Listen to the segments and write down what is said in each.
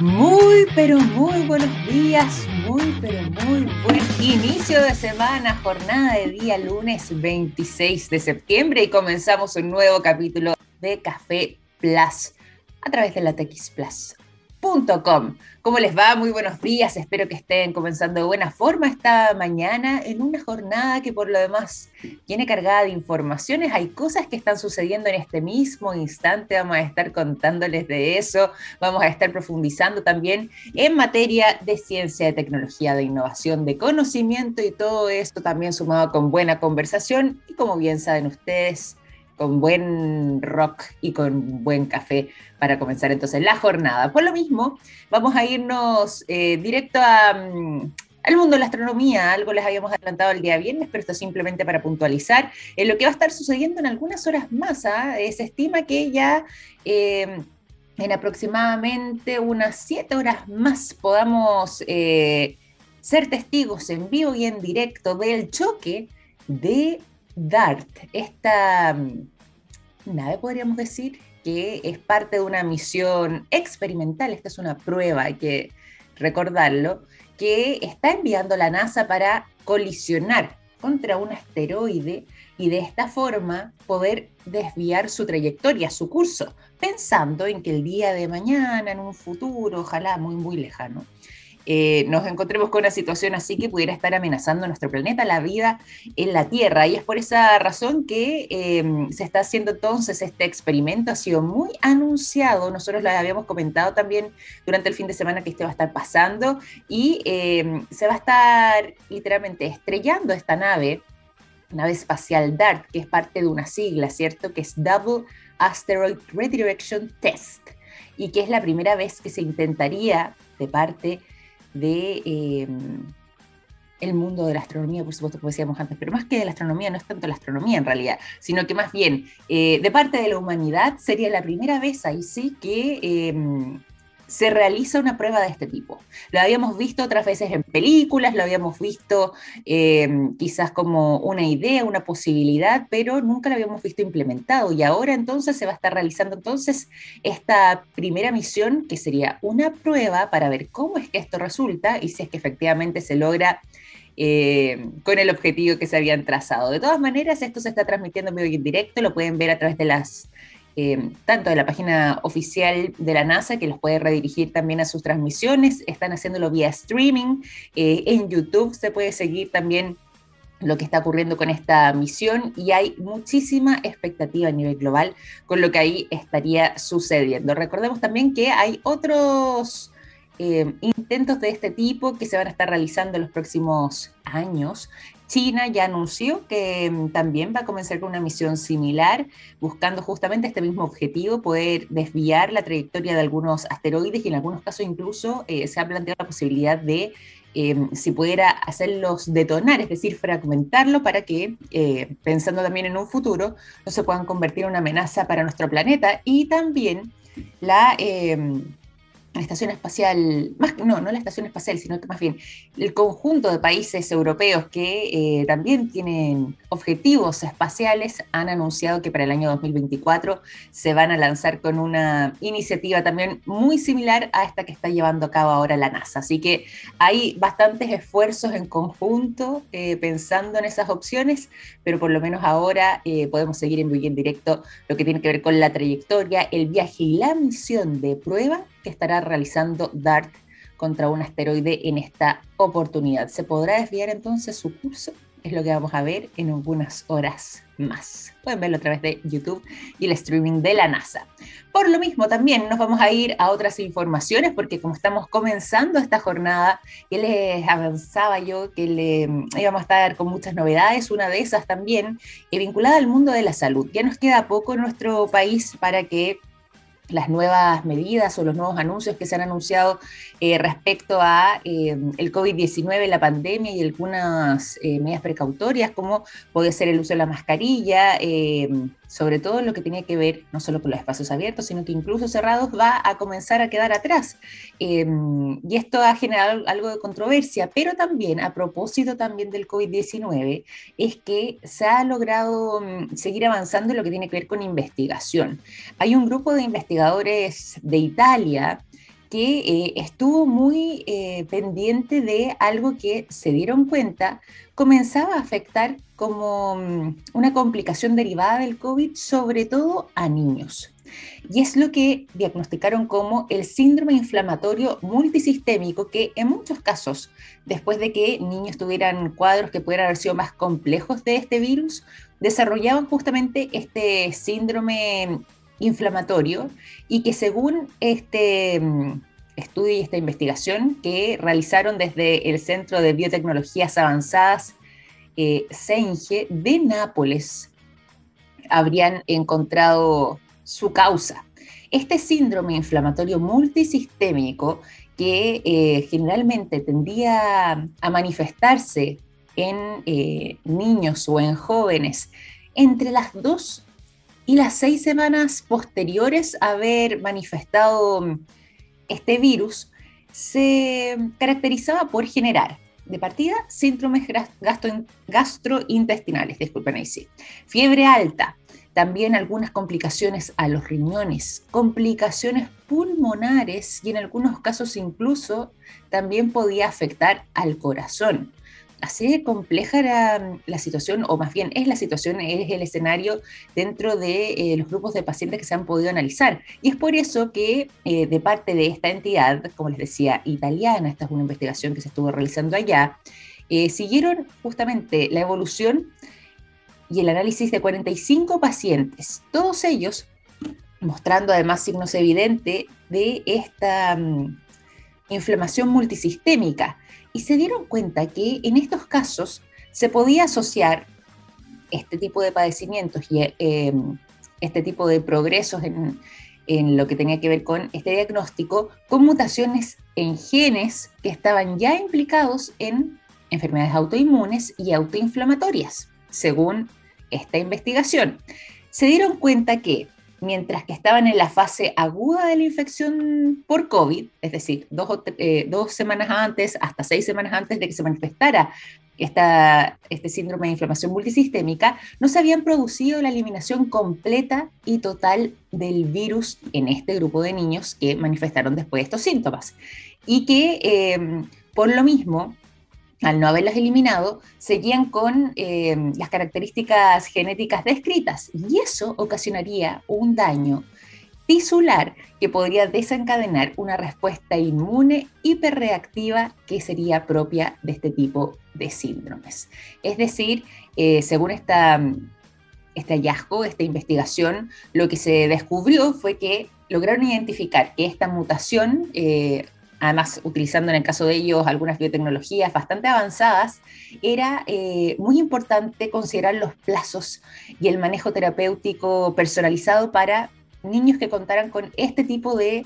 Muy, pero muy buenos días, muy, pero muy buen inicio de semana, jornada de día lunes 26 de septiembre y comenzamos un nuevo capítulo de Café Plus a través de la TXplus.com. ¿Cómo les va? Muy buenos días, espero que estén comenzando de buena forma esta mañana en una jornada que por lo demás viene cargada de informaciones. Hay cosas que están sucediendo en este mismo instante, vamos a estar contándoles de eso. Vamos a estar profundizando también en materia de ciencia, de tecnología, de innovación, de conocimiento y todo esto también sumado con buena conversación y, como bien saben ustedes, con buen rock y con buen café para comenzar entonces la jornada. Por lo mismo, vamos a irnos directo al mundo de la astronomía. Algo les habíamos adelantado el día viernes, pero esto simplemente para puntualizar en lo que va a estar sucediendo en algunas horas más. Se estima que ya en aproximadamente unas 7 horas más podamos ser testigos en vivo y en directo del choque de DART, esta nave, podríamos decir, que es parte de una misión experimental. Esta es una prueba, hay que recordarlo, que está enviando la NASA para colisionar contra un asteroide y de esta forma poder desviar su trayectoria, su curso, pensando en que el día de mañana, en un futuro, ojalá muy, muy lejano, nos encontremos con una situación así que pudiera estar amenazando nuestro planeta, la vida en la Tierra. Y es por esa razón que se está haciendo entonces este experimento. Ha sido muy anunciado, nosotros lo habíamos comentado también durante el fin de semana que este va a estar pasando y se va a estar literalmente estrellando esta nave espacial DART, que es parte de una sigla, ¿cierto? Que es Double Asteroid Redirection Test, y que es la primera vez que se intentaría de parte de el mundo de la astronomía, por supuesto, como decíamos antes, pero más que de la astronomía, no es tanto la astronomía en realidad, sino que más bien de parte de la humanidad sería la primera vez ahí sí que se realiza una prueba de este tipo. Lo habíamos visto otras veces en películas, lo habíamos visto quizás como una idea, una posibilidad, pero nunca lo habíamos visto implementado. Y ahora entonces se va a estar realizando entonces esta primera misión, que sería una prueba para ver cómo es que esto resulta y si es que efectivamente se logra con el objetivo que se habían trazado. De todas maneras, esto se está transmitiendo en vivo y en directo, lo pueden ver a través de las tanto de la página oficial de la NASA, que los puede redirigir también a sus transmisiones, están haciéndolo vía streaming, en YouTube se puede seguir también lo que está ocurriendo con esta misión y hay muchísima expectativa a nivel global con lo que ahí estaría sucediendo. Recordemos también que hay otros intentos de este tipo que se van a estar realizando en los próximos años. China ya anunció que también va a comenzar con una misión similar, buscando justamente este mismo objetivo, poder desviar la trayectoria de algunos asteroides y en algunos casos incluso se ha planteado la posibilidad de si pudiera hacerlos detonar, es decir, fragmentarlo para que, pensando también en un futuro, no se puedan convertir en una amenaza para nuestro planeta y también la estación espacial, no la estación espacial, sino que más bien el conjunto de países europeos que también tienen objetivos espaciales han anunciado que para el año 2024 se van a lanzar con una iniciativa también muy similar a esta que está llevando a cabo ahora la NASA. Así que hay bastantes esfuerzos en conjunto pensando en esas opciones, pero por lo menos ahora podemos seguir en vivo y en directo lo que tiene que ver con la trayectoria, el viaje y la misión de prueba que estará realizando DART contra un asteroide en esta oportunidad. ¿Se podrá desviar entonces su curso? Es lo que vamos a ver en algunas horas más. Pueden verlo a través de YouTube y el streaming de la NASA. Por lo mismo, también nos vamos a ir a otras informaciones, porque como estamos comenzando esta jornada, que les avanzaba yo que íbamos a estar con muchas novedades, una de esas también vinculada al mundo de la salud. Ya nos queda poco en nuestro país para que las nuevas medidas o los nuevos anuncios que se han anunciado respecto a el COVID-19, la pandemia y algunas medidas precautorias, como puede ser el uso de la mascarilla, sobre todo lo que tiene que ver no solo con los espacios abiertos, sino que incluso cerrados, va a comenzar a quedar atrás. Y esto ha generado algo de controversia, pero también a propósito también del COVID-19, es que se ha logrado seguir avanzando en lo que tiene que ver con investigación. Hay un grupo de investigadores de Italia que estuvo muy pendiente de algo que se dieron cuenta comenzaba a afectar como una complicación derivada del COVID, sobre todo a niños. Y es lo que diagnosticaron como el síndrome inflamatorio multisistémico, que en muchos casos, después de que niños tuvieran cuadros que pudieran haber sido más complejos de este virus, desarrollaban justamente este síndrome inflamatorio y que según este estudio y esta investigación que realizaron desde el Centro de Biotecnologías Avanzadas CENGE de Nápoles, habrían encontrado su causa. Este síndrome inflamatorio multisistémico que generalmente tendía a manifestarse en niños o en jóvenes entre las 2 y las 6 semanas posteriores a haber manifestado este virus, se caracterizaba por generar, de partida, síndromes gastrointestinales, disculpen ahí sí, fiebre alta, también algunas complicaciones a los riñones, complicaciones pulmonares y en algunos casos incluso también podía afectar al corazón. Así de compleja era la situación, o más bien es la situación, es el escenario dentro de los grupos de pacientes que se han podido analizar. Y es por eso que de parte de esta entidad, como les decía, italiana, esta es una investigación que se estuvo realizando allá, siguieron justamente la evolución y el análisis de 45 pacientes, todos ellos mostrando además signos evidentes de esta inflamación multisistémica. Y se dieron cuenta que en estos casos se podía asociar este tipo de padecimientos y este tipo de progresos en lo que tenía que ver con este diagnóstico, con mutaciones en genes que estaban ya implicados en enfermedades autoinmunes y autoinflamatorias, según esta investigación. Se dieron cuenta que mientras que estaban en la fase aguda de la infección por COVID, es decir, 2 semanas antes, hasta 6 semanas antes de que se manifestara este síndrome de inflamación multisistémica, no se habían producido la eliminación completa y total del virus en este grupo de niños que manifestaron después estos síntomas. Y que por lo mismo, al no haberlas eliminado, seguían con las características genéticas descritas y eso ocasionaría un daño tisular que podría desencadenar una respuesta inmune hiperreactiva que sería propia de este tipo de síndromes. Es decir, según este hallazgo, esta investigación, lo que se descubrió fue que lograron identificar que esta mutación, además utilizando en el caso de ellos algunas biotecnologías bastante avanzadas, era muy importante considerar los plazos y el manejo terapéutico personalizado para niños que contaran con este tipo de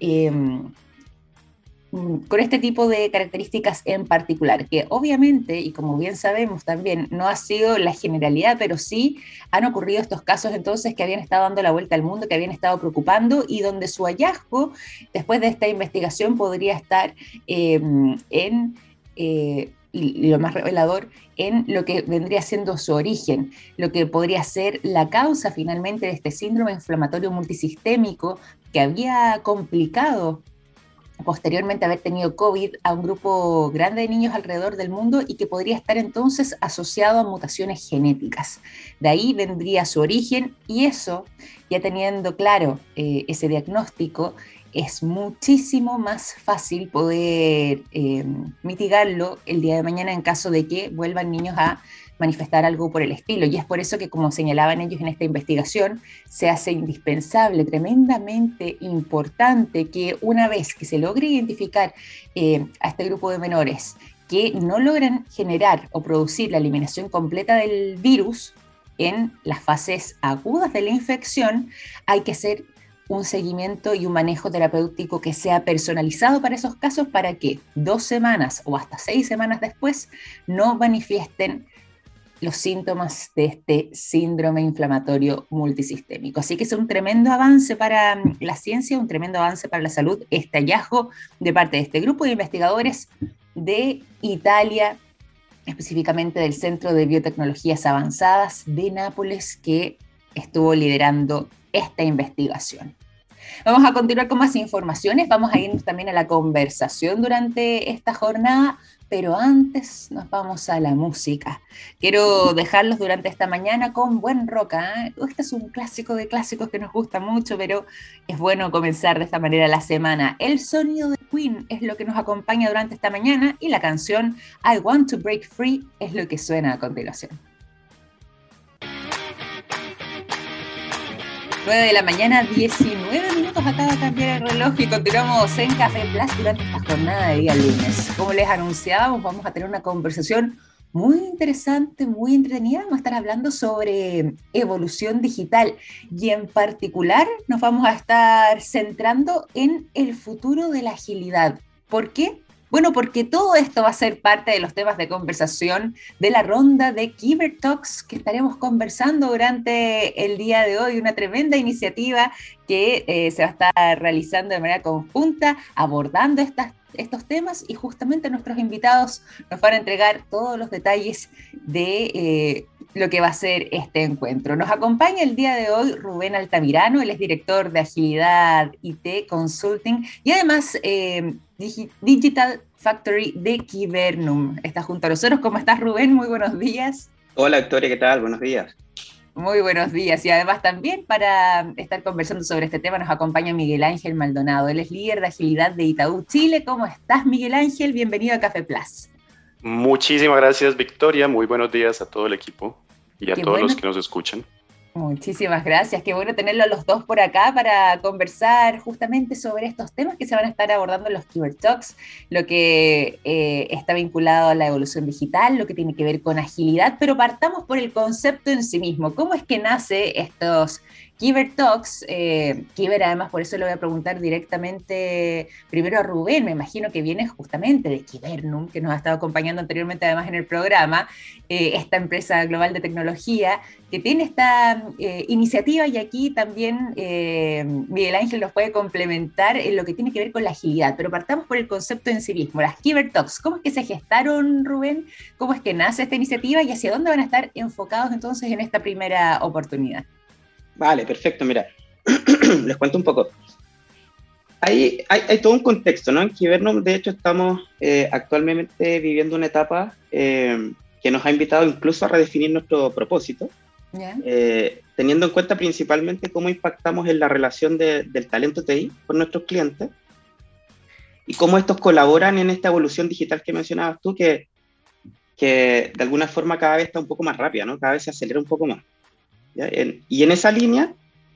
características en particular, que obviamente, y como bien sabemos también, no ha sido la generalidad, pero sí han ocurrido estos casos entonces que habían estado dando la vuelta al mundo, que habían estado preocupando y donde su hallazgo, después de esta investigación, podría estar y lo más revelador, en lo que vendría siendo su origen, lo que podría ser la causa finalmente de este síndrome inflamatorio multisistémico que había complicado posteriormente haber tenido COVID a un grupo grande de niños alrededor del mundo y que podría estar entonces asociado a mutaciones genéticas. De ahí vendría su origen y eso, ya teniendo claro ese diagnóstico, es muchísimo más fácil poder mitigarlo el día de mañana en caso de que vuelvan niños a manifestar algo por el estilo. Y es por eso que, como señalaban ellos en esta investigación, se hace indispensable, tremendamente importante, que una vez que se logre identificar a este grupo de menores que no logran generar o producir la eliminación completa del virus en las fases agudas de la infección, hay que hacer un seguimiento y un manejo terapéutico que sea personalizado para esos casos para que 2 semanas o hasta 6 semanas después no manifiesten los síntomas de este síndrome inflamatorio multisistémico. Así que es un tremendo avance para la ciencia, un tremendo avance para la salud, este hallazgo de parte de este grupo de investigadores de Italia, específicamente del Centro de Biotecnologías Avanzadas de Nápoles, que estuvo liderando esta investigación. Vamos a continuar con más informaciones, vamos a irnos también a la conversación durante esta jornada, pero antes nos vamos a la música. Quiero dejarlos durante esta mañana con buen rock, ¿eh? Este es un clásico de clásicos que nos gusta mucho, pero es bueno comenzar de esta manera la semana. El sonido de Queen es lo que nos acompaña durante esta mañana y la canción I Want to Break Free es lo que suena a continuación. 9 de la mañana, 19 minutos, acaba de cambiar el reloj y continuamos en Café Plus durante esta jornada de día lunes. Como les anunciábamos, vamos a tener una conversación muy interesante, muy entretenida. Vamos a estar hablando sobre evolución digital y en particular nos vamos a estar centrando en el futuro de la agilidad. ¿Por qué? Bueno, porque todo esto va a ser parte de los temas de conversación de la ronda de Kyber Talks que estaremos conversando durante el día de hoy. Una tremenda iniciativa que se va a estar realizando de manera conjunta, abordando estos temas y justamente nuestros invitados nos van a entregar todos los detalles de lo que va a ser este encuentro. Nos acompaña el día de hoy Rubén Altamirano, él es director de Agilidad IT Consulting y además Digital Factory de Kibernum. Está junto a nosotros. ¿Cómo estás, Rubén? Muy buenos días. Hola, Victoria, ¿qué tal? Buenos días. Muy buenos días. Y además también para estar conversando sobre este tema nos acompaña Miguel Ángel Maldonado. Él es líder de agilidad de Itaú Chile. ¿Cómo estás, Miguel Ángel? Bienvenido a Café Plus. Muchísimas gracias, Victoria. Muy buenos días a todo el equipo y a todos los que nos escuchan. Muchísimas gracias, qué bueno tenerlos los dos por acá para conversar justamente sobre estos temas que se van a estar abordando en los Kyber Talks, lo que está vinculado a la evolución digital, lo que tiene que ver con agilidad, pero partamos por el concepto en sí mismo. ¿Cómo es que nace estos Kyber Talks? Kyber, además, por eso le voy a preguntar directamente primero a Rubén, me imagino que viene justamente de Kibernum, que nos ha estado acompañando anteriormente además en el programa, esta empresa global de tecnología que tiene esta iniciativa y aquí también Miguel Ángel nos puede complementar en lo que tiene que ver con la agilidad, pero partamos por el concepto en sí mismo, las Kyber Talks. ¿Cómo es que se gestaron, Rubén? ¿Cómo es que nace esta iniciativa y hacia dónde van a estar enfocados entonces en esta primera oportunidad? Vale, perfecto, mira, les cuento un poco. Hay todo un contexto, ¿no? En Kibernum, de hecho, estamos actualmente viviendo una etapa que nos ha invitado incluso a redefinir nuestro propósito, teniendo en cuenta principalmente cómo impactamos en la relación del talento TI con nuestros clientes y cómo estos colaboran en esta evolución digital que mencionabas tú, que de alguna forma cada vez está un poco más rápida, ¿no? Cada vez se acelera un poco más. Y en esa línea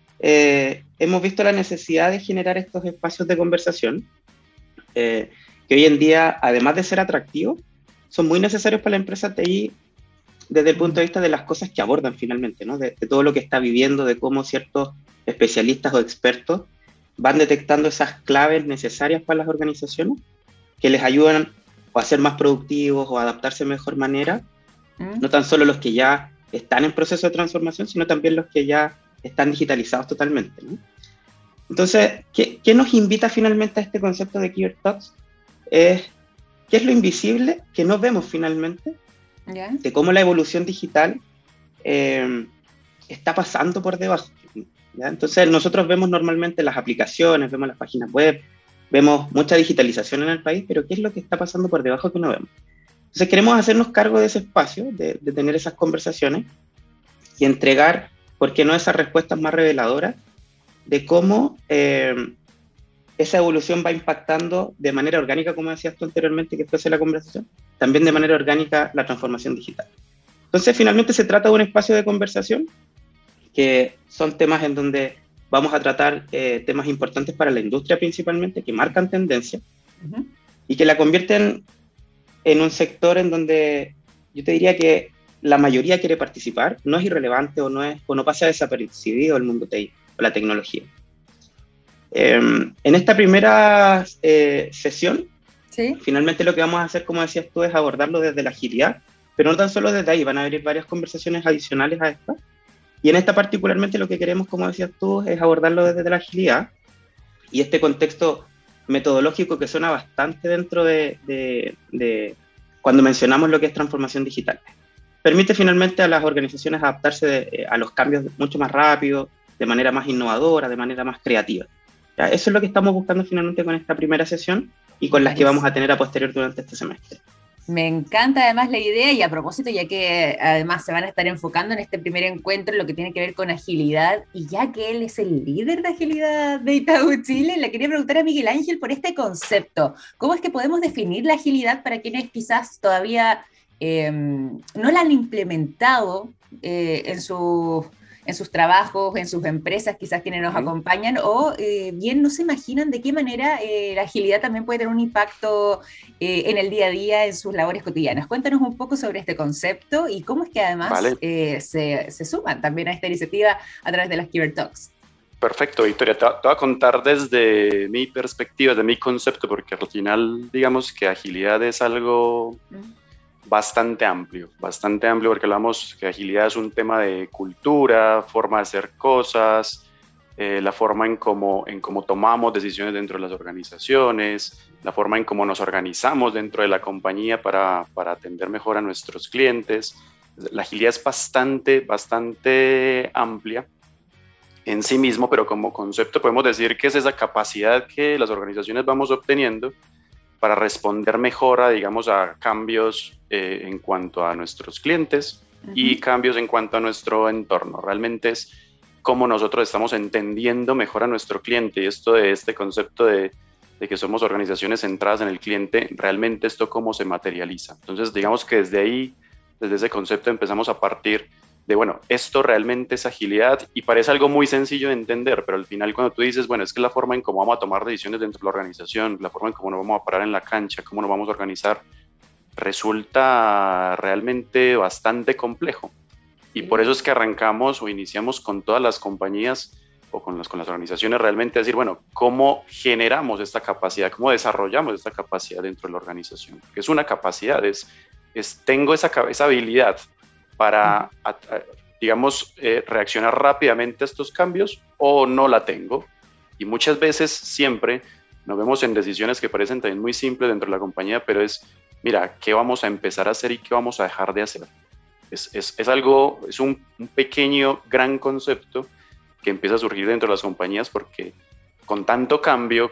hemos visto la necesidad de generar estos espacios de conversación que hoy en día, además de ser atractivos, son muy necesarios para la empresa TI desde el punto de vista de las cosas que abordan finalmente, ¿no? De todo lo que está viviendo, de cómo ciertos especialistas o expertos van detectando esas claves necesarias para las organizaciones que les ayudan o a ser más productivos o a adaptarse de mejor manera, no tan solo los que ya están en proceso de transformación, sino también los que ya están digitalizados totalmente, ¿no? Entonces, ¿qué nos invita finalmente a este concepto de Kyber Talks? ¿Qué es lo invisible que no vemos finalmente? De cómo la evolución digital está pasando por debajo, ¿ya? Entonces, nosotros vemos normalmente las aplicaciones, vemos las páginas web, vemos mucha digitalización en el país, pero ¿qué es lo que está pasando por debajo que no vemos? Entonces queremos hacernos cargo de ese espacio, de tener esas conversaciones y entregar, ¿por qué no?, esas respuestas más reveladoras de cómo esa evolución va impactando de manera orgánica, como decías tú anteriormente, que fuese la conversación, también de manera orgánica la transformación digital. Entonces finalmente se trata de un espacio de conversación que son temas en donde vamos a tratar temas importantes para la industria principalmente, que marcan tendencia y que la convierten en un sector en donde yo te diría que la mayoría quiere participar, no es irrelevante o no pasa desapercibido el mundo TI o la tecnología. En esta primera sesión, finalmente lo que vamos a hacer, como decías tú, es abordarlo desde la agilidad, pero no tan solo desde ahí, van a haber varias conversaciones adicionales a esta, y en esta particularmente lo que queremos, como decías tú, es abordarlo desde la agilidad, y este contexto metodológico que suena bastante dentro de cuando mencionamos lo que es transformación digital. Permite finalmente a las organizaciones adaptarse a los cambios mucho más rápido, de manera más innovadora, de manera más creativa. ¿Ya? Eso es lo que estamos buscando finalmente con esta primera sesión y con las que vamos a tener a posterior durante este semestre. Me encanta además la idea, y a propósito, ya que además se van a estar enfocando en este primer encuentro en lo que tiene que ver con agilidad, y ya que él es el líder de agilidad de Itaú Chile, le quería preguntar a Miguel Ángel por este concepto. ¿Cómo es que podemos definir la agilidad para quienes quizás todavía no la han implementado en sus trabajos, en sus empresas, quizás quienes nos acompañan, o bien no se imaginan de qué manera la agilidad también puede tener un impacto en el día a día, en sus labores cotidianas? Cuéntanos un poco sobre este concepto y cómo es que además se suman también a esta iniciativa a través de las Keyword Talks. Perfecto, Victoria. Te voy a contar desde mi perspectiva, de mi concepto, porque al final, digamos que agilidad es algo bastante amplio, porque hablamos que agilidad es un tema de cultura, forma de hacer cosas, la forma en cómo tomamos decisiones dentro de las organizaciones, la forma en cómo nos organizamos dentro de la compañía para atender mejor a nuestros clientes. La agilidad es bastante amplia en sí mismo, pero como concepto podemos decir que es esa capacidad que las organizaciones vamos obteniendo para responder mejor a cambios en cuanto a nuestros clientes y cambios en cuanto a nuestro entorno. Realmente es cómo nosotros estamos entendiendo mejor a nuestro cliente, y esto de este concepto de que somos organizaciones centradas en el cliente, realmente esto cómo se materializa. Entonces, digamos que desde ahí, desde ese concepto empezamos a partir de, bueno, esto realmente es agilidad, y parece algo muy sencillo de entender, pero al final cuando tú dices, bueno, es que la forma en cómo vamos a tomar decisiones dentro de la organización, la forma en cómo nos vamos a parar en la cancha, cómo nos vamos a organizar, resulta realmente bastante complejo. Y por eso es que arrancamos o iniciamos con todas las compañías o con las organizaciones realmente a decir, bueno, ¿cómo generamos esta capacidad? ¿Cómo desarrollamos esta capacidad dentro de la organización? Que es una capacidad, tengo esa habilidad para, reaccionar rápidamente a estos cambios, o no la tengo. Y muchas veces, siempre, nos vemos en decisiones que parecen también muy simples dentro de la compañía, pero mira, ¿qué vamos a empezar a hacer y qué vamos a dejar de hacer? Es un pequeño, gran concepto que empieza a surgir dentro de las compañías, porque con tanto cambio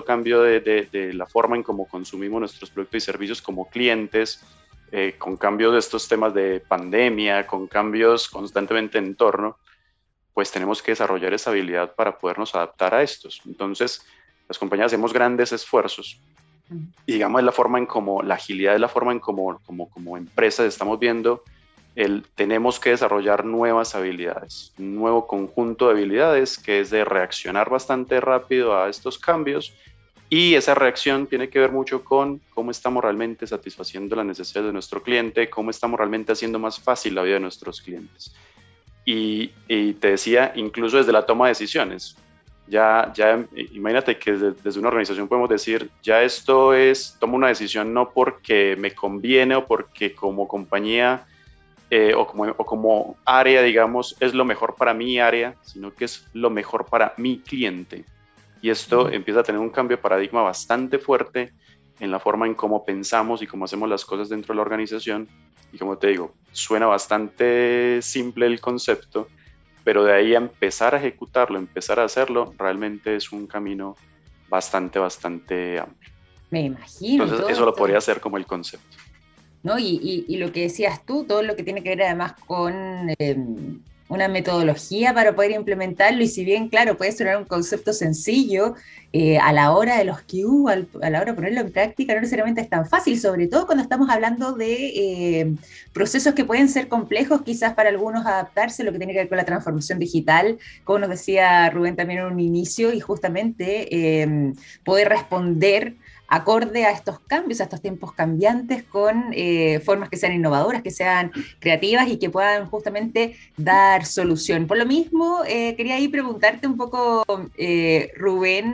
de la forma en cómo consumimos nuestros productos y servicios como clientes, con cambios de estos temas de pandemia, con cambios constantemente en entorno, pues tenemos que desarrollar esa habilidad para podernos adaptar a estos. Entonces, las compañías hacemos grandes esfuerzos, y digamos la agilidad es la forma en como empresas estamos viendo tenemos que desarrollar nuevas habilidades, un nuevo conjunto de habilidades que es de reaccionar bastante rápido a estos cambios. Y esa reacción tiene que ver mucho con cómo estamos realmente satisfaciendo las necesidades de nuestro cliente, cómo estamos realmente haciendo más fácil la vida de nuestros clientes. Y te decía, incluso desde la toma de decisiones. Ya imagínate que desde una organización podemos decir, ya tomo una decisión no porque me conviene o porque como compañía o como área, digamos, es lo mejor para mi área, sino que es lo mejor para mi cliente. Y esto empieza a tener un cambio de paradigma bastante fuerte en la forma en cómo pensamos y cómo hacemos las cosas dentro de la organización. Y como te digo, suena bastante simple el concepto, pero de ahí a empezar a ejecutarlo, empezar a hacerlo, realmente es un camino bastante amplio. Me imagino. Entonces, eso lo podría hacer como el concepto. ¿No? Y lo que decías tú, todo lo que tiene que ver además con una metodología para poder implementarlo, y si bien, claro, puede sonar un concepto sencillo, a la hora de los QA, a la hora de ponerlo en práctica, no necesariamente es tan fácil, sobre todo cuando estamos hablando de procesos que pueden ser complejos, quizás para algunos adaptarse, lo que tiene que ver con la transformación digital, como nos decía Rubén también en un inicio, y justamente poder responder acorde a estos cambios, a estos tiempos cambiantes, con formas que sean innovadoras, que sean creativas y que puedan justamente dar solución. Por lo mismo, quería ahí preguntarte un poco, Rubén,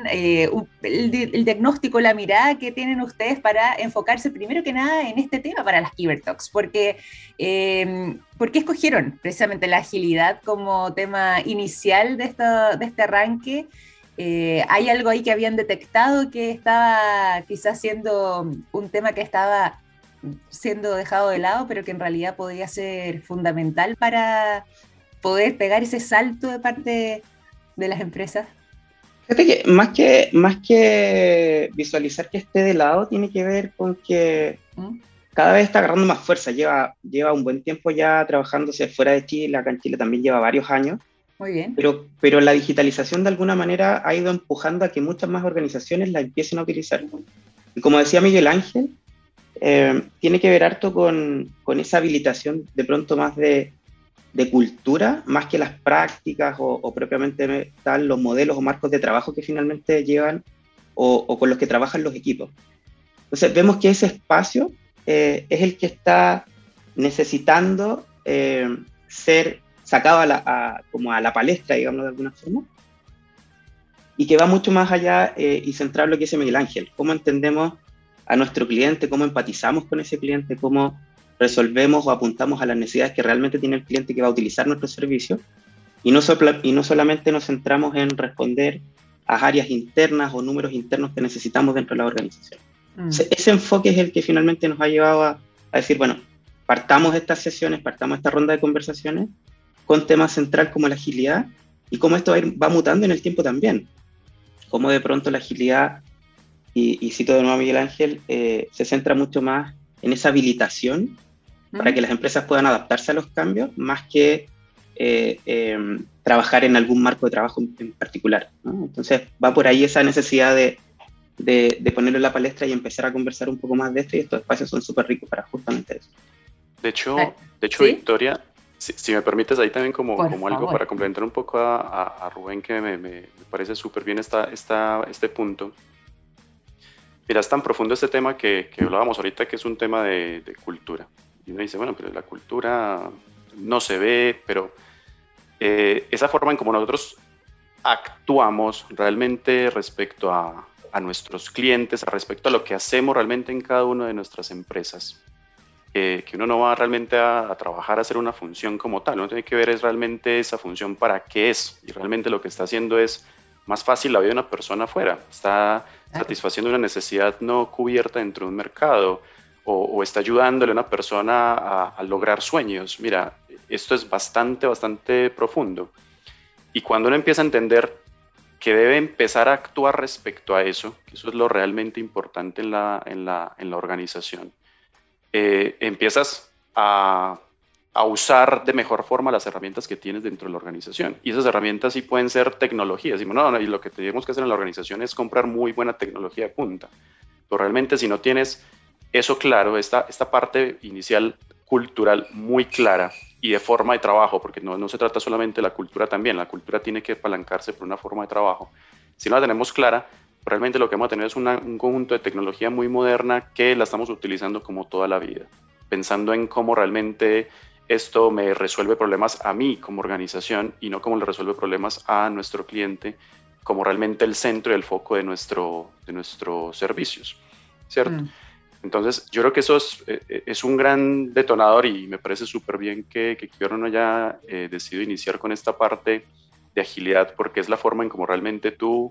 el diagnóstico, la mirada que tienen ustedes para enfocarse primero que nada en este tema para las Keyword Talks, porque ¿por qué escogieron precisamente la agilidad como tema inicial de este arranque? ¿Hay algo ahí que habían detectado que estaba quizás siendo un tema que estaba siendo dejado de lado, pero que en realidad podría ser fundamental para poder pegar ese salto de parte de las empresas? Fíjate que más que visualizar que esté de lado, tiene que ver con que cada vez está agarrando más fuerza. Lleva un buen tiempo ya trabajándose fuera de Chile, acá en Chile también lleva varios años. Muy bien. Pero la digitalización de alguna manera ha ido empujando a que muchas más organizaciones la empiecen a utilizar. Y como decía Miguel Ángel, tiene que ver harto con esa habilitación de pronto más de cultura, más que las prácticas o propiamente tal, los modelos o marcos de trabajo que finalmente llevan o con los que trabajan los equipos. Entonces vemos que ese espacio es el que está necesitando ser sacado como a la palestra, digamos de alguna forma, y que va mucho más allá y centrar lo que dice Miguel Ángel, cómo entendemos a nuestro cliente, cómo empatizamos con ese cliente, cómo resolvemos o apuntamos a las necesidades que realmente tiene el cliente que va a utilizar nuestro servicio, y no solamente nos centramos en responder a áreas internas o números internos que necesitamos dentro de la organización. Ese enfoque es el que finalmente nos ha llevado a decir, bueno, partamos estas sesiones, partamos esta ronda de conversaciones con temas central como la agilidad y cómo esto va mutando en el tiempo también. Cómo de pronto la agilidad, y cito de nuevo a Miguel Ángel, se centra mucho más en esa habilitación para que las empresas puedan adaptarse a los cambios, más que trabajar en algún marco de trabajo en particular, ¿no? Entonces va por ahí esa necesidad de ponerlo en la palestra y empezar a conversar un poco más de esto, y estos espacios son súper ricos para justamente eso. De hecho, ¿sí? Victoria, si me permites ahí también como algo para complementar un poco a Rubén, que me parece súper bien este punto. Mira, es tan profundo este tema que hablábamos ahorita, que es un tema de cultura. Y uno dice, bueno, pero la cultura no se ve, pero esa forma en como nosotros actuamos realmente respecto a nuestros clientes, respecto a lo que hacemos realmente en cada una de nuestras empresas. Que uno no va realmente a trabajar a hacer una función como tal, uno tiene que ver es realmente esa función para qué es, y realmente lo que está haciendo es más fácil la vida de una persona afuera, está satisfaciendo una necesidad no cubierta dentro de un mercado, o está ayudándole a una persona a lograr sueños. Mira, esto es bastante profundo, y cuando uno empieza a entender que debe empezar a actuar respecto a eso, que eso es lo realmente importante en la organización, empiezas a usar de mejor forma las herramientas que tienes dentro de la organización. Y esas herramientas sí pueden ser tecnologías. Y lo que tenemos que hacer en la organización es comprar muy buena tecnología de punta. Pero realmente si no tienes eso claro, esta parte inicial cultural muy clara y de forma de trabajo, porque no se trata solamente de la cultura también, la cultura tiene que apalancarse por una forma de trabajo. Si no la tenemos clara, realmente lo que vamos a tener es un conjunto de tecnología muy moderna que la estamos utilizando como toda la vida, pensando en cómo realmente esto me resuelve problemas a mí como organización y no cómo le resuelve problemas a nuestro cliente como realmente el centro y el foco de nuestros servicios, ¿cierto? Entonces, yo creo que eso es un gran detonador, y me parece súper bien que Kibernum haya decidido iniciar con esta parte de agilidad, porque es la forma en cómo realmente tú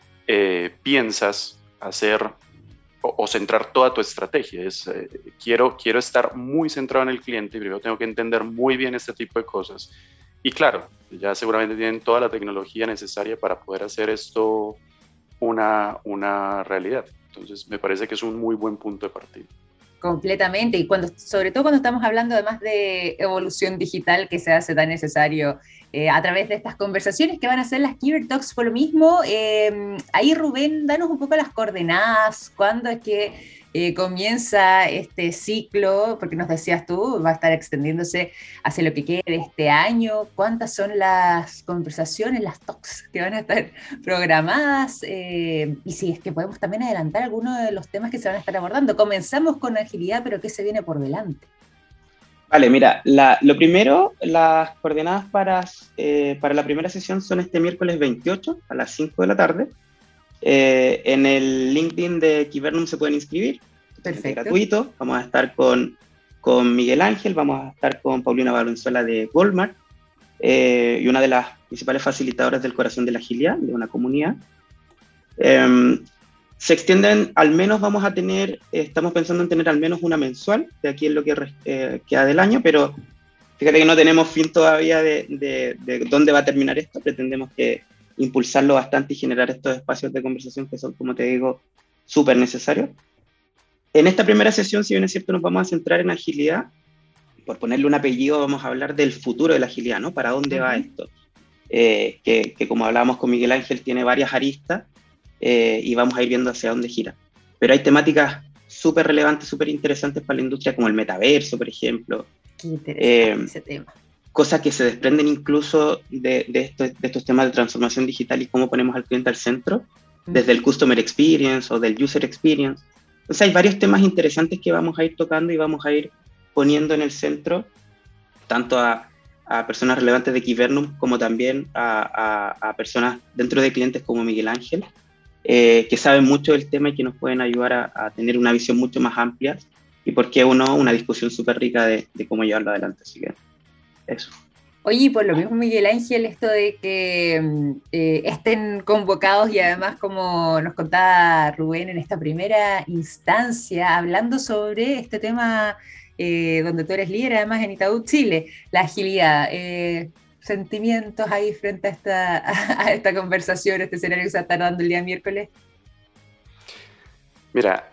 piensas hacer o centrar toda tu estrategia. Quiero estar muy centrado en el cliente, y primero tengo que entender muy bien este tipo de cosas. Y claro, ya seguramente tienen toda la tecnología necesaria para poder hacer esto una realidad. Entonces, me parece que es un muy buen punto de partida. Completamente, y sobre todo cuando estamos hablando además de evolución digital, que se hace tan necesario a través de estas conversaciones que van a ser las Kyber Talks por lo mismo. Ahí, Rubén, danos un poco las coordenadas, cuándo es que comienza este ciclo, porque nos decías tú, va a estar extendiéndose hacia lo que quede de este año, cuántas son las conversaciones, las talks que van a estar programadas, y si es que podemos también adelantar algunos de los temas que se van a estar abordando. Comenzamos con agilidad, pero ¿qué se viene por delante? Vale, mira, lo primero, las coordenadas para la primera sesión son este miércoles 28 a las 5 de la tarde. En el LinkedIn de Kibernum se pueden inscribir. Perfecto. Es gratuito. Vamos a estar con Miguel Ángel, vamos a estar con Paulina Valenzuela de Goldmark, y una de las principales facilitadoras del corazón de la agilidad, de una comunidad. Se extienden, al menos vamos a tener, estamos pensando en tener al menos una mensual, de aquí en lo que queda del año, pero fíjate que no tenemos fin todavía de dónde va a terminar esto. Pretendemos que impulsarlo bastante y generar estos espacios de conversación que son, como te digo, súper necesarios. En esta primera sesión, si bien es cierto, nos vamos a centrar en agilidad. Por ponerle un apellido, vamos a hablar del futuro de la agilidad, ¿no? ¿Para dónde va esto? Que como hablábamos con Miguel Ángel, tiene varias aristas y vamos a ir viendo hacia dónde gira. Pero hay temáticas súper relevantes, súper interesantes para la industria, como el metaverso, por ejemplo. Qué interesante ese tema. Cosas que se desprenden incluso de estos temas de transformación digital y cómo ponemos al cliente al centro, desde el Customer Experience o del User Experience. Entonces hay varios temas interesantes que vamos a ir tocando y vamos a ir poniendo en el centro, tanto a personas relevantes de Kibernum como también a personas dentro de clientes como Miguel Ángel, que saben mucho del tema y que nos pueden ayudar a tener una visión mucho más amplia y, por qué uno, una discusión súper rica de cómo llevarlo adelante. Así que eso. Oye, por lo mismo, Miguel Ángel, esto de que estén convocados y además, como nos contaba Rubén en esta primera instancia, hablando sobre este tema donde tú eres líder, además en Itaú Chile, la agilidad. ¿Sentimientos ahí frente a esta conversación, este escenario que se está dando el día miércoles? Mira,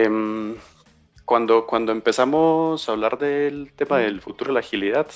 cuando empezamos a hablar del tema del futuro de la agilidad,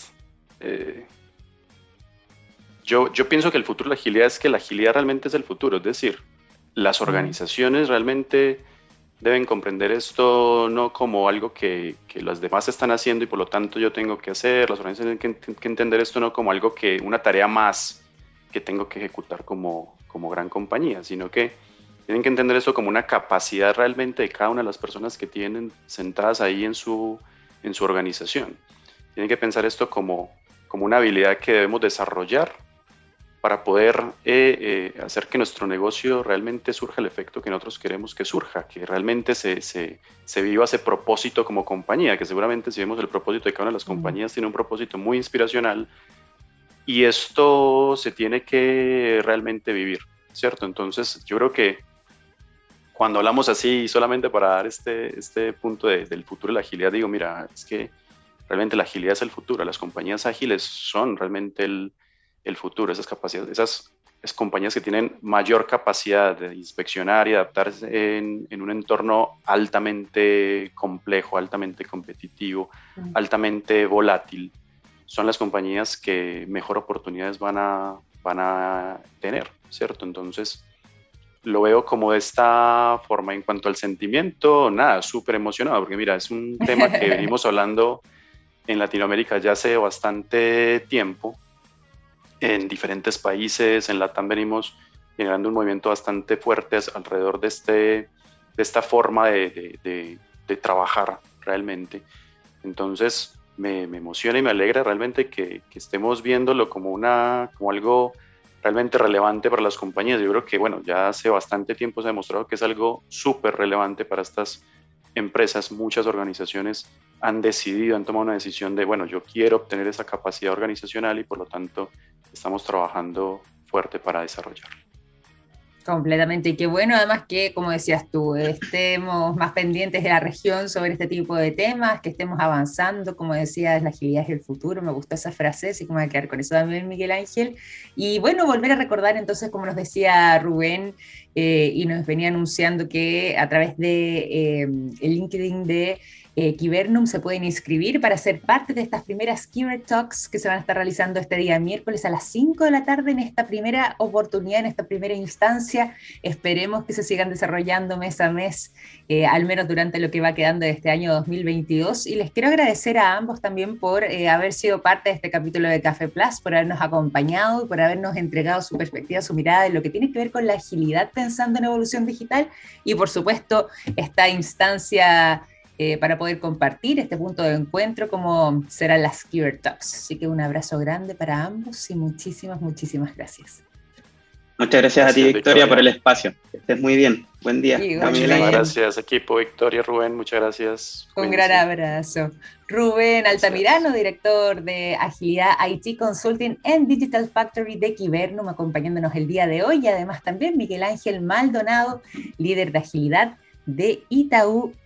yo pienso que el futuro de la agilidad es que la agilidad realmente es el futuro, es decir, las organizaciones realmente deben comprender esto no como algo que los demás están haciendo y por lo tanto yo tengo que hacer. Las organizaciones tienen que entender esto no como algo una tarea más que tengo que ejecutar como gran compañía, sino que tienen que entender esto como una capacidad realmente de cada una de las personas que tienen sentadas ahí en su organización. Tienen que pensar esto como una habilidad que debemos desarrollar para poder hacer que nuestro negocio realmente surja el efecto que nosotros queremos que surja, que realmente se viva ese propósito como compañía, que seguramente si vemos el propósito de cada una de las compañías tiene un propósito muy inspiracional y esto se tiene que realmente vivir, ¿cierto? Entonces yo creo que cuando hablamos así, solamente para dar este punto del futuro de la agilidad, digo, mira, es que realmente la agilidad es el futuro, las compañías ágiles son realmente el futuro, esas capacidades, esas compañías que tienen mayor capacidad de inspeccionar y adaptarse en un entorno altamente complejo, altamente competitivo, altamente volátil, son las compañías que mejor oportunidades van a tener, ¿cierto? Entonces, lo veo como de esta forma. En cuanto al sentimiento, nada, súper emocionado, porque mira, es un tema que venimos hablando en Latinoamérica ya hace bastante tiempo. En diferentes países, en LATAM venimos generando un movimiento bastante fuerte alrededor de esta forma de trabajar realmente. Entonces me emociona y me alegra realmente que estemos viéndolo como algo realmente relevante para las compañías. Yo creo que bueno, ya hace bastante tiempo se ha demostrado que es algo súper relevante para estas empresas. Muchas organizaciones han tomado una decisión de, bueno, yo quiero obtener esa capacidad organizacional y por lo tanto estamos trabajando fuerte para desarrollarlo. Completamente, y qué bueno además que, como decías tú, estemos más pendientes de la región sobre este tipo de temas, que estemos avanzando, como decías, la agilidad es el futuro, me gustó esa frase, así que me voy a quedar con eso también, Miguel Ángel. Y bueno, volver a recordar entonces, como nos decía Rubén, y nos venía anunciando que a través de el LinkedIn de Kibernum se pueden inscribir para ser parte de estas primeras Keyword Talks que se van a estar realizando este día miércoles a las 5 de la tarde en esta primera oportunidad, en esta primera instancia. Esperemos que se sigan desarrollando mes a mes, al menos durante lo que va quedando de este año 2022. Y les quiero agradecer a ambos también por haber sido parte de este capítulo de Café Plus, por habernos acompañado y por habernos entregado su perspectiva, su mirada en lo que tiene que ver con la agilidad pensando en evolución digital y, por supuesto, esta instancia para poder compartir este punto de encuentro como serán las Keyword Talks. Así que un abrazo grande para ambos y muchísimas gracias. Muchas gracias a ti, Victoria, por el espacio. Que estés muy bien. Buen día. Muchas gracias, equipo. Victoria, Rubén, muchas gracias. Un gran abrazo. Rubén Altamirano, director de Agilidad IT Consulting and Digital Factory de Kibernum, acompañándonos el día de hoy. Y además también Miguel Ángel Maldonado, líder de Agilidad de Itaú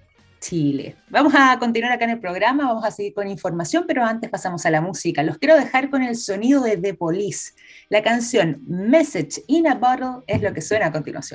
Chile. Vamos a continuar acá en el programa, vamos a seguir con información, pero antes pasamos a la música. Los quiero dejar con el sonido de The Police. La canción Message in a Bottle es lo que suena a continuación.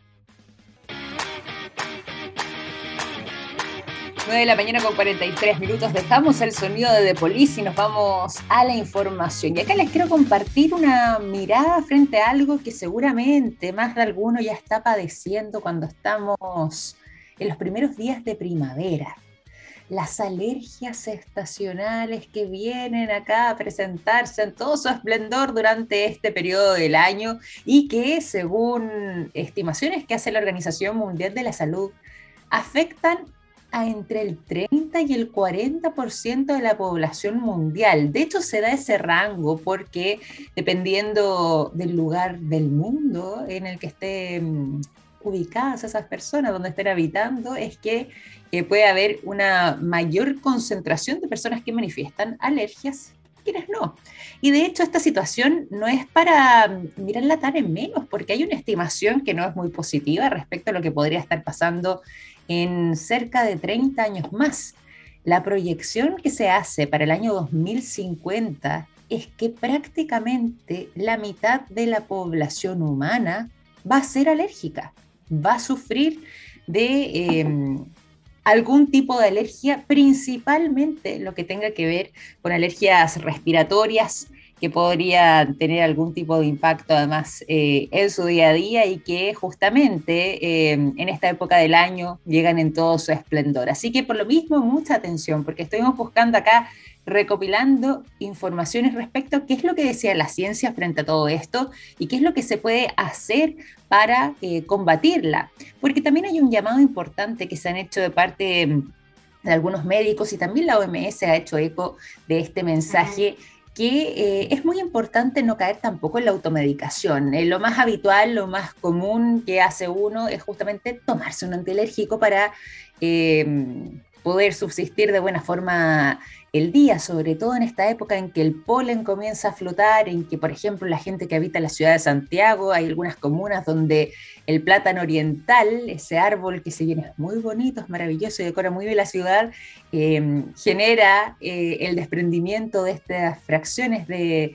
9 de la mañana con 43 minutos, dejamos el sonido de The Police y nos vamos a la información. Y acá les quiero compartir una mirada frente a algo que seguramente más de alguno ya está padeciendo cuando estamos en los primeros días de primavera. Las alergias estacionales que vienen acá a presentarse en todo su esplendor durante este periodo del año y que, según estimaciones que hace la Organización Mundial de la Salud, afectan a entre el 30 y el 40% de la población mundial. De hecho, se da ese rango porque dependiendo del lugar del mundo en el que estén ubicadas esas personas, donde estén habitando, es que puede haber una mayor concentración de personas que manifiestan alergias, quienes no. Y de hecho, esta situación no es para mirarla tan en menos, porque hay una estimación que no es muy positiva respecto a lo que podría estar pasando en cerca de 30 años más. La proyección que se hace para el año 2050 es que prácticamente la mitad de la población humana va a ser alérgica, va a sufrir de algún tipo de alergia, principalmente lo que tenga que ver con alergias respiratorias, que podría tener algún tipo de impacto además en su día a día y que justamente en esta época del año llegan en todo su esplendor. Así que por lo mismo, mucha atención, porque estuvimos buscando acá, recopilando informaciones respecto a qué es lo que decía la ciencia frente a todo esto y qué es lo que se puede hacer para combatirla. Porque también hay un llamado importante que se han hecho de parte de algunos médicos y también la OMS ha hecho eco de este mensaje, que es muy importante no caer tampoco en la automedicación. Lo más habitual, lo más común que hace uno es justamente tomarse un antialérgico para poder subsistir de buena forma el día, sobre todo en esta época en que el polen comienza a flotar, en que, por ejemplo, la gente que habita la ciudad de Santiago, hay algunas comunas donde el plátano oriental, ese árbol que si bien es muy bonito, es maravilloso y decora muy bien la ciudad, genera el desprendimiento de estas fracciones de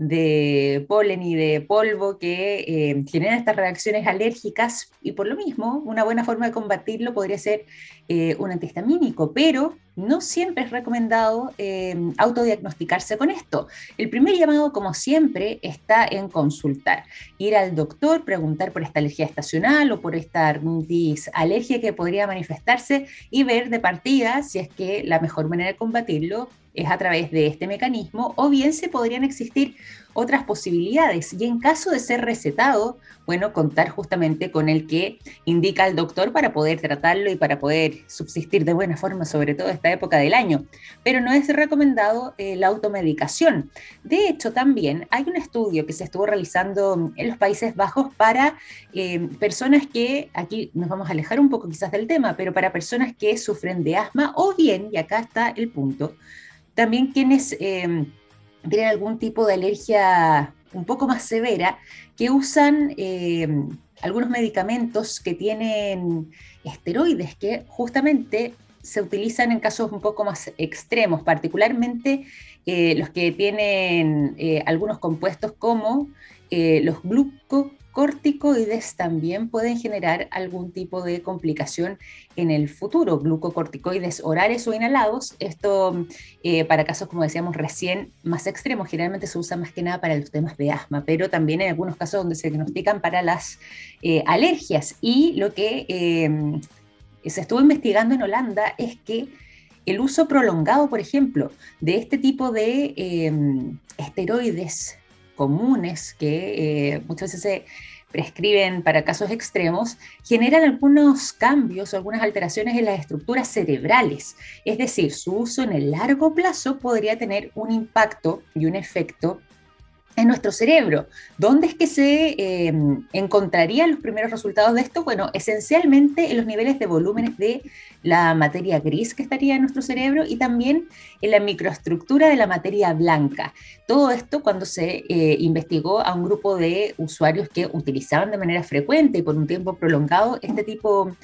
polen y de polvo que generan estas reacciones alérgicas, y por lo mismo una buena forma de combatirlo podría ser un antihistamínico, pero no siempre es recomendado autodiagnosticarse con esto. El primer llamado, como siempre, está en consultar, ir al doctor, preguntar por esta alergia estacional o por esta alergia que podría manifestarse y ver de partida si es que la mejor manera de combatirlo es a través de este mecanismo, o bien se podrían existir otras posibilidades. Y en caso de ser recetado, bueno, contar justamente con el que indica el doctor para poder tratarlo y para poder subsistir de buena forma, sobre todo esta época del año. Pero no es recomendado la automedicación. De hecho, también hay un estudio que se estuvo realizando en los Países Bajos para personas que, aquí nos vamos a alejar un poco quizás del tema, pero para personas que sufren de asma, o bien, y acá está el punto, también quienes tienen algún tipo de alergia un poco más severa, que usan algunos medicamentos que tienen esteroides, que justamente se utilizan en casos un poco más extremos, particularmente los que tienen algunos compuestos como los glucocorticoides también pueden generar algún tipo de complicación en el futuro, glucocorticoides orales o inhalados. Esto para casos, como decíamos recién, más extremos, generalmente se usa más que nada para los temas de asma, pero también en algunos casos donde se diagnostican para las alergias. Y lo que se estuvo investigando en Holanda es que el uso prolongado, por ejemplo, de este tipo de esteroides comunes que muchas veces se prescriben para casos extremos, generan algunos cambios o algunas alteraciones en las estructuras cerebrales. Es decir, su uso en el largo plazo podría tener un impacto y un efecto en nuestro cerebro. ¿Dónde es que se encontrarían los primeros resultados de esto? Bueno, esencialmente en los niveles de volúmenes de la materia gris que estaría en nuestro cerebro y también en la microestructura de la materia blanca. Todo esto cuando se investigó a un grupo de usuarios que utilizaban de manera frecuente y por un tiempo prolongado este tipo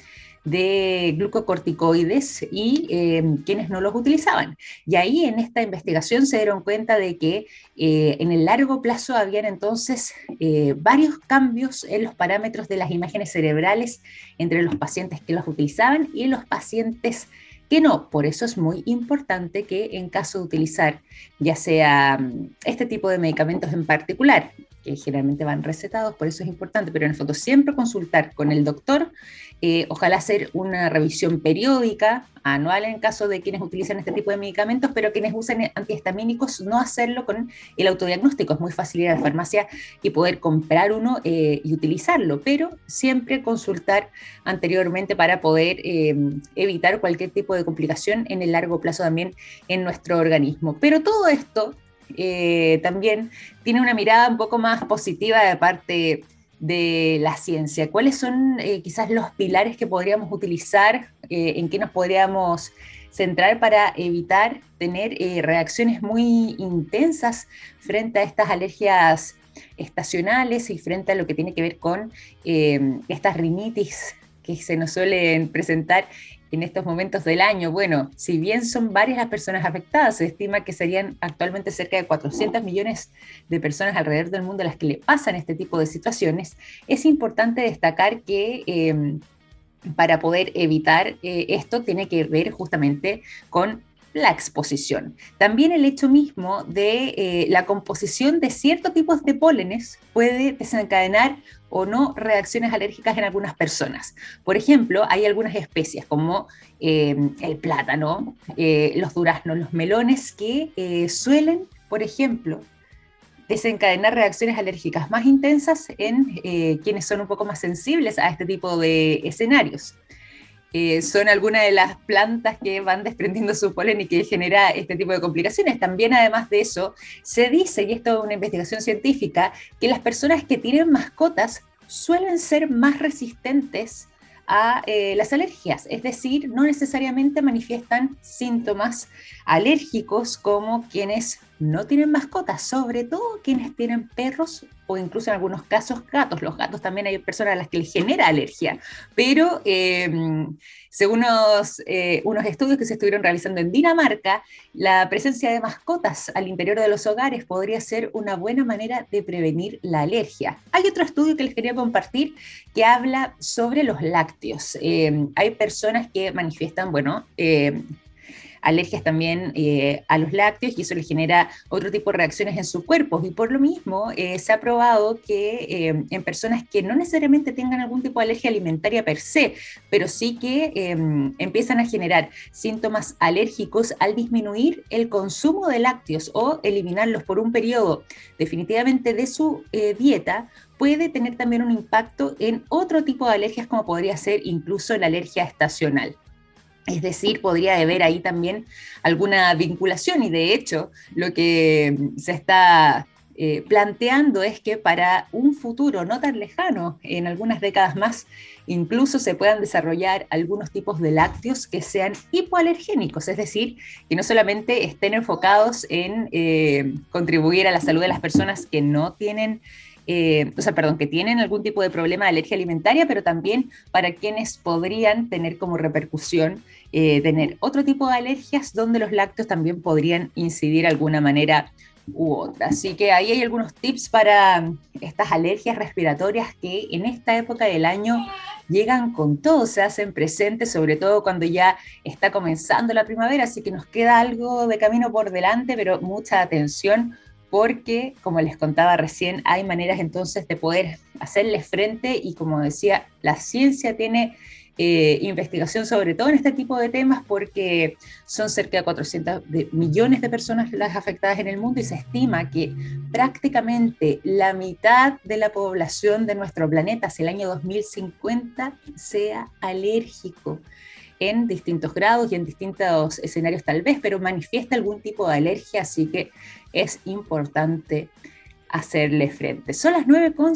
de glucocorticoides y quienes no los utilizaban. Y ahí en esta investigación se dieron cuenta de que en el largo plazo habían entonces varios cambios en los parámetros de las imágenes cerebrales entre los pacientes que los utilizaban y los pacientes que no. Por eso es muy importante que en caso de utilizar ya sea este tipo de medicamentos en particular, que generalmente van recetados, por eso es importante, pero en el fondo siempre consultar con el doctor, ojalá hacer una revisión periódica, anual en caso de quienes utilizan este tipo de medicamentos, pero quienes usan antihistamínicos no hacerlo con el autodiagnóstico. Es muy fácil ir a la farmacia y poder comprar uno y utilizarlo, pero siempre consultar anteriormente para poder evitar cualquier tipo de complicación en el largo plazo también en nuestro organismo. Pero todo esto también tiene una mirada un poco más positiva de parte de la ciencia. ¿Cuáles son quizás los pilares que podríamos utilizar, en qué nos podríamos centrar para evitar tener reacciones muy intensas frente a estas alergias estacionales y frente a lo que tiene que ver con estas rinitis que se nos suelen presentar en estos momentos del año? Bueno, si bien son varias las personas afectadas, se estima que serían actualmente cerca de 400 millones de personas alrededor del mundo a las que le pasan este tipo de situaciones. Es importante destacar que para poder evitar esto tiene que ver justamente con la exposición. También el hecho mismo de la composición de ciertos tipos de pólenes puede desencadenar o no reacciones alérgicas en algunas personas. Por ejemplo, hay algunas especies como el plátano, los duraznos, los melones que suelen, por ejemplo, desencadenar reacciones alérgicas más intensas en quienes son un poco más sensibles a este tipo de escenarios. Son algunas de las plantas que van desprendiendo su polen y que genera este tipo de complicaciones. También, además de eso, se dice, y esto es una investigación científica, que las personas que tienen mascotas suelen ser más resistentes a las alergias, es decir, no necesariamente manifiestan síntomas alérgicos como quienes no tienen mascotas, sobre todo quienes tienen perros o incluso en algunos casos gatos. Los gatos también hay personas a las que les genera alergia, pero según unos estudios que se estuvieron realizando en Dinamarca, la presencia de mascotas al interior de los hogares podría ser una buena manera de prevenir la alergia. Hay otro estudio que les quería compartir que habla sobre los lácteos. Hay personas que manifiestan, alergias también a los lácteos y eso les genera otro tipo de reacciones en su cuerpo. Y por lo mismo se ha probado que en personas que no necesariamente tengan algún tipo de alergia alimentaria per se, pero sí que empiezan a generar síntomas alérgicos al disminuir el consumo de lácteos o eliminarlos por un periodo definitivamente de su dieta, puede tener también un impacto en otro tipo de alergias como podría ser incluso la alergia estacional. Es decir, podría haber ahí también alguna vinculación y de hecho lo que se está planteando es que para un futuro no tan lejano, en algunas décadas más, incluso se puedan desarrollar algunos tipos de lácteos que sean hipoalergénicos, es decir, que no solamente estén enfocados en contribuir a la salud de las personas que no tienen que tienen algún tipo de problema de alergia alimentaria, pero también para quienes podrían tener como repercusión tener otro tipo de alergias donde los lácteos también podrían incidir de alguna manera u otra. Así que ahí hay algunos tips para estas alergias respiratorias que en esta época del año llegan con todo, se hacen presentes, sobre todo cuando ya está comenzando la primavera, así que nos queda algo de camino por delante, pero mucha atención porque, como les contaba recién, hay maneras entonces de poder hacerle frente y, como decía, la ciencia tiene investigación sobre todo en este tipo de temas porque son cerca de 400 millones de personas las afectadas en el mundo y se estima que prácticamente la mitad de la población de nuestro planeta hacia el año 2050 sea alérgico en distintos grados y en distintos escenarios tal vez, pero manifiesta algún tipo de alergia, así que es importante hacerle frente. Son las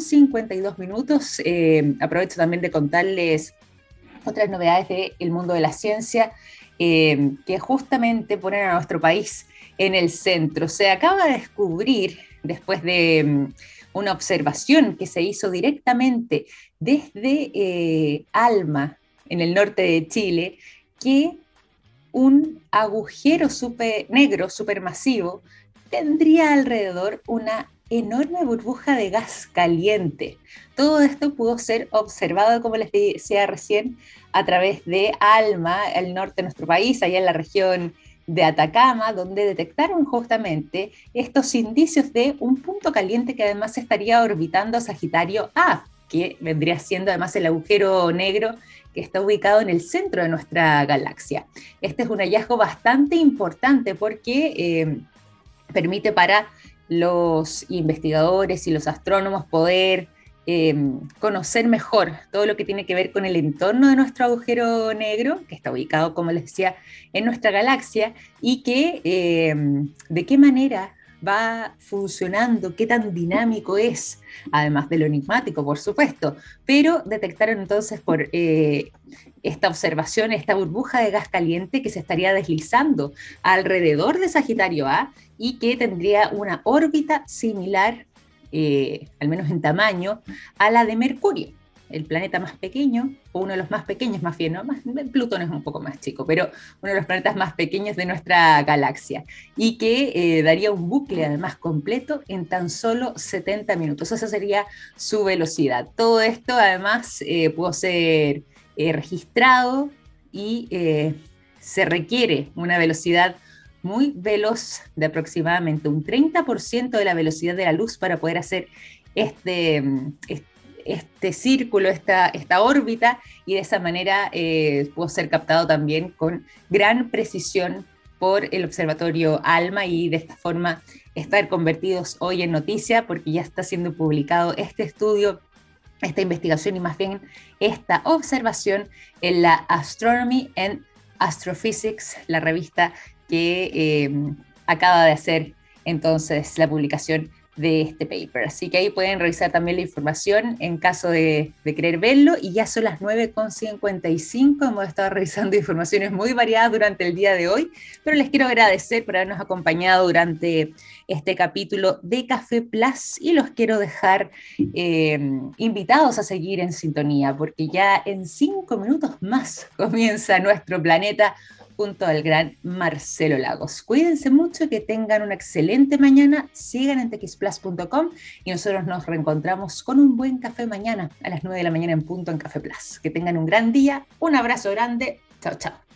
9:52. Aprovecho también de contarles otras novedades del mundo de la ciencia que justamente ponen a nuestro país en el centro. Se acaba de descubrir, después de una observación que se hizo directamente desde ALMA, en el norte de Chile, que un agujero negro supermasivo tendría alrededor una enorme burbuja de gas caliente. Todo esto pudo ser observado, como les decía recién, a través de ALMA, el norte de nuestro país, allá en la región de Atacama, donde detectaron justamente estos indicios de un punto caliente que además estaría orbitando Sagitario A, que vendría siendo además el agujero negro que está ubicado en el centro de nuestra galaxia. Este es un hallazgo bastante importante porque permite para los investigadores y los astrónomos poder conocer mejor todo lo que tiene que ver con el entorno de nuestro agujero negro, que está ubicado, como les decía, en nuestra galaxia, y que de qué manera va funcionando, qué tan dinámico es, además de lo enigmático, por supuesto, pero detectaron entonces por esta observación, esta burbuja de gas caliente que se estaría deslizando alrededor de Sagitario A y que tendría una órbita similar, al menos en tamaño, a la de Mercurio, el planeta más pequeño, o uno de los más pequeños más bien, ¿no? Plutón es un poco más chico, pero uno de los planetas más pequeños de nuestra galaxia, y que daría un bucle además completo en tan solo 70 minutos. Esa sería su velocidad. Todo esto además pudo ser registrado y se requiere una velocidad muy veloz de aproximadamente un 30% de la velocidad de la luz para poder hacer este círculo, esta órbita, y de esa manera pudo ser captado también con gran precisión por el observatorio ALMA y de esta forma estar convertidos hoy en noticia porque ya está siendo publicado este estudio, esta investigación y más bien esta observación en la Astronomy and Astrophysics, la revista que acaba de hacer entonces la publicación de este paper. Así que ahí pueden revisar también la información en caso de querer verlo, y ya son las 9:55, hemos estado revisando informaciones muy variadas durante el día de hoy, pero les quiero agradecer por habernos acompañado durante este capítulo de Café Plus y los quiero dejar invitados a seguir en sintonía porque ya en 5 minutos más comienza Nuestro Planeta junto al gran Marcelo Lagos. Cuídense mucho, que tengan una excelente mañana, sigan en txplus.com y nosotros nos reencontramos con un buen café mañana a las 9 de la mañana en punto en Café Plus. Que tengan un gran día, un abrazo grande, chao, chao.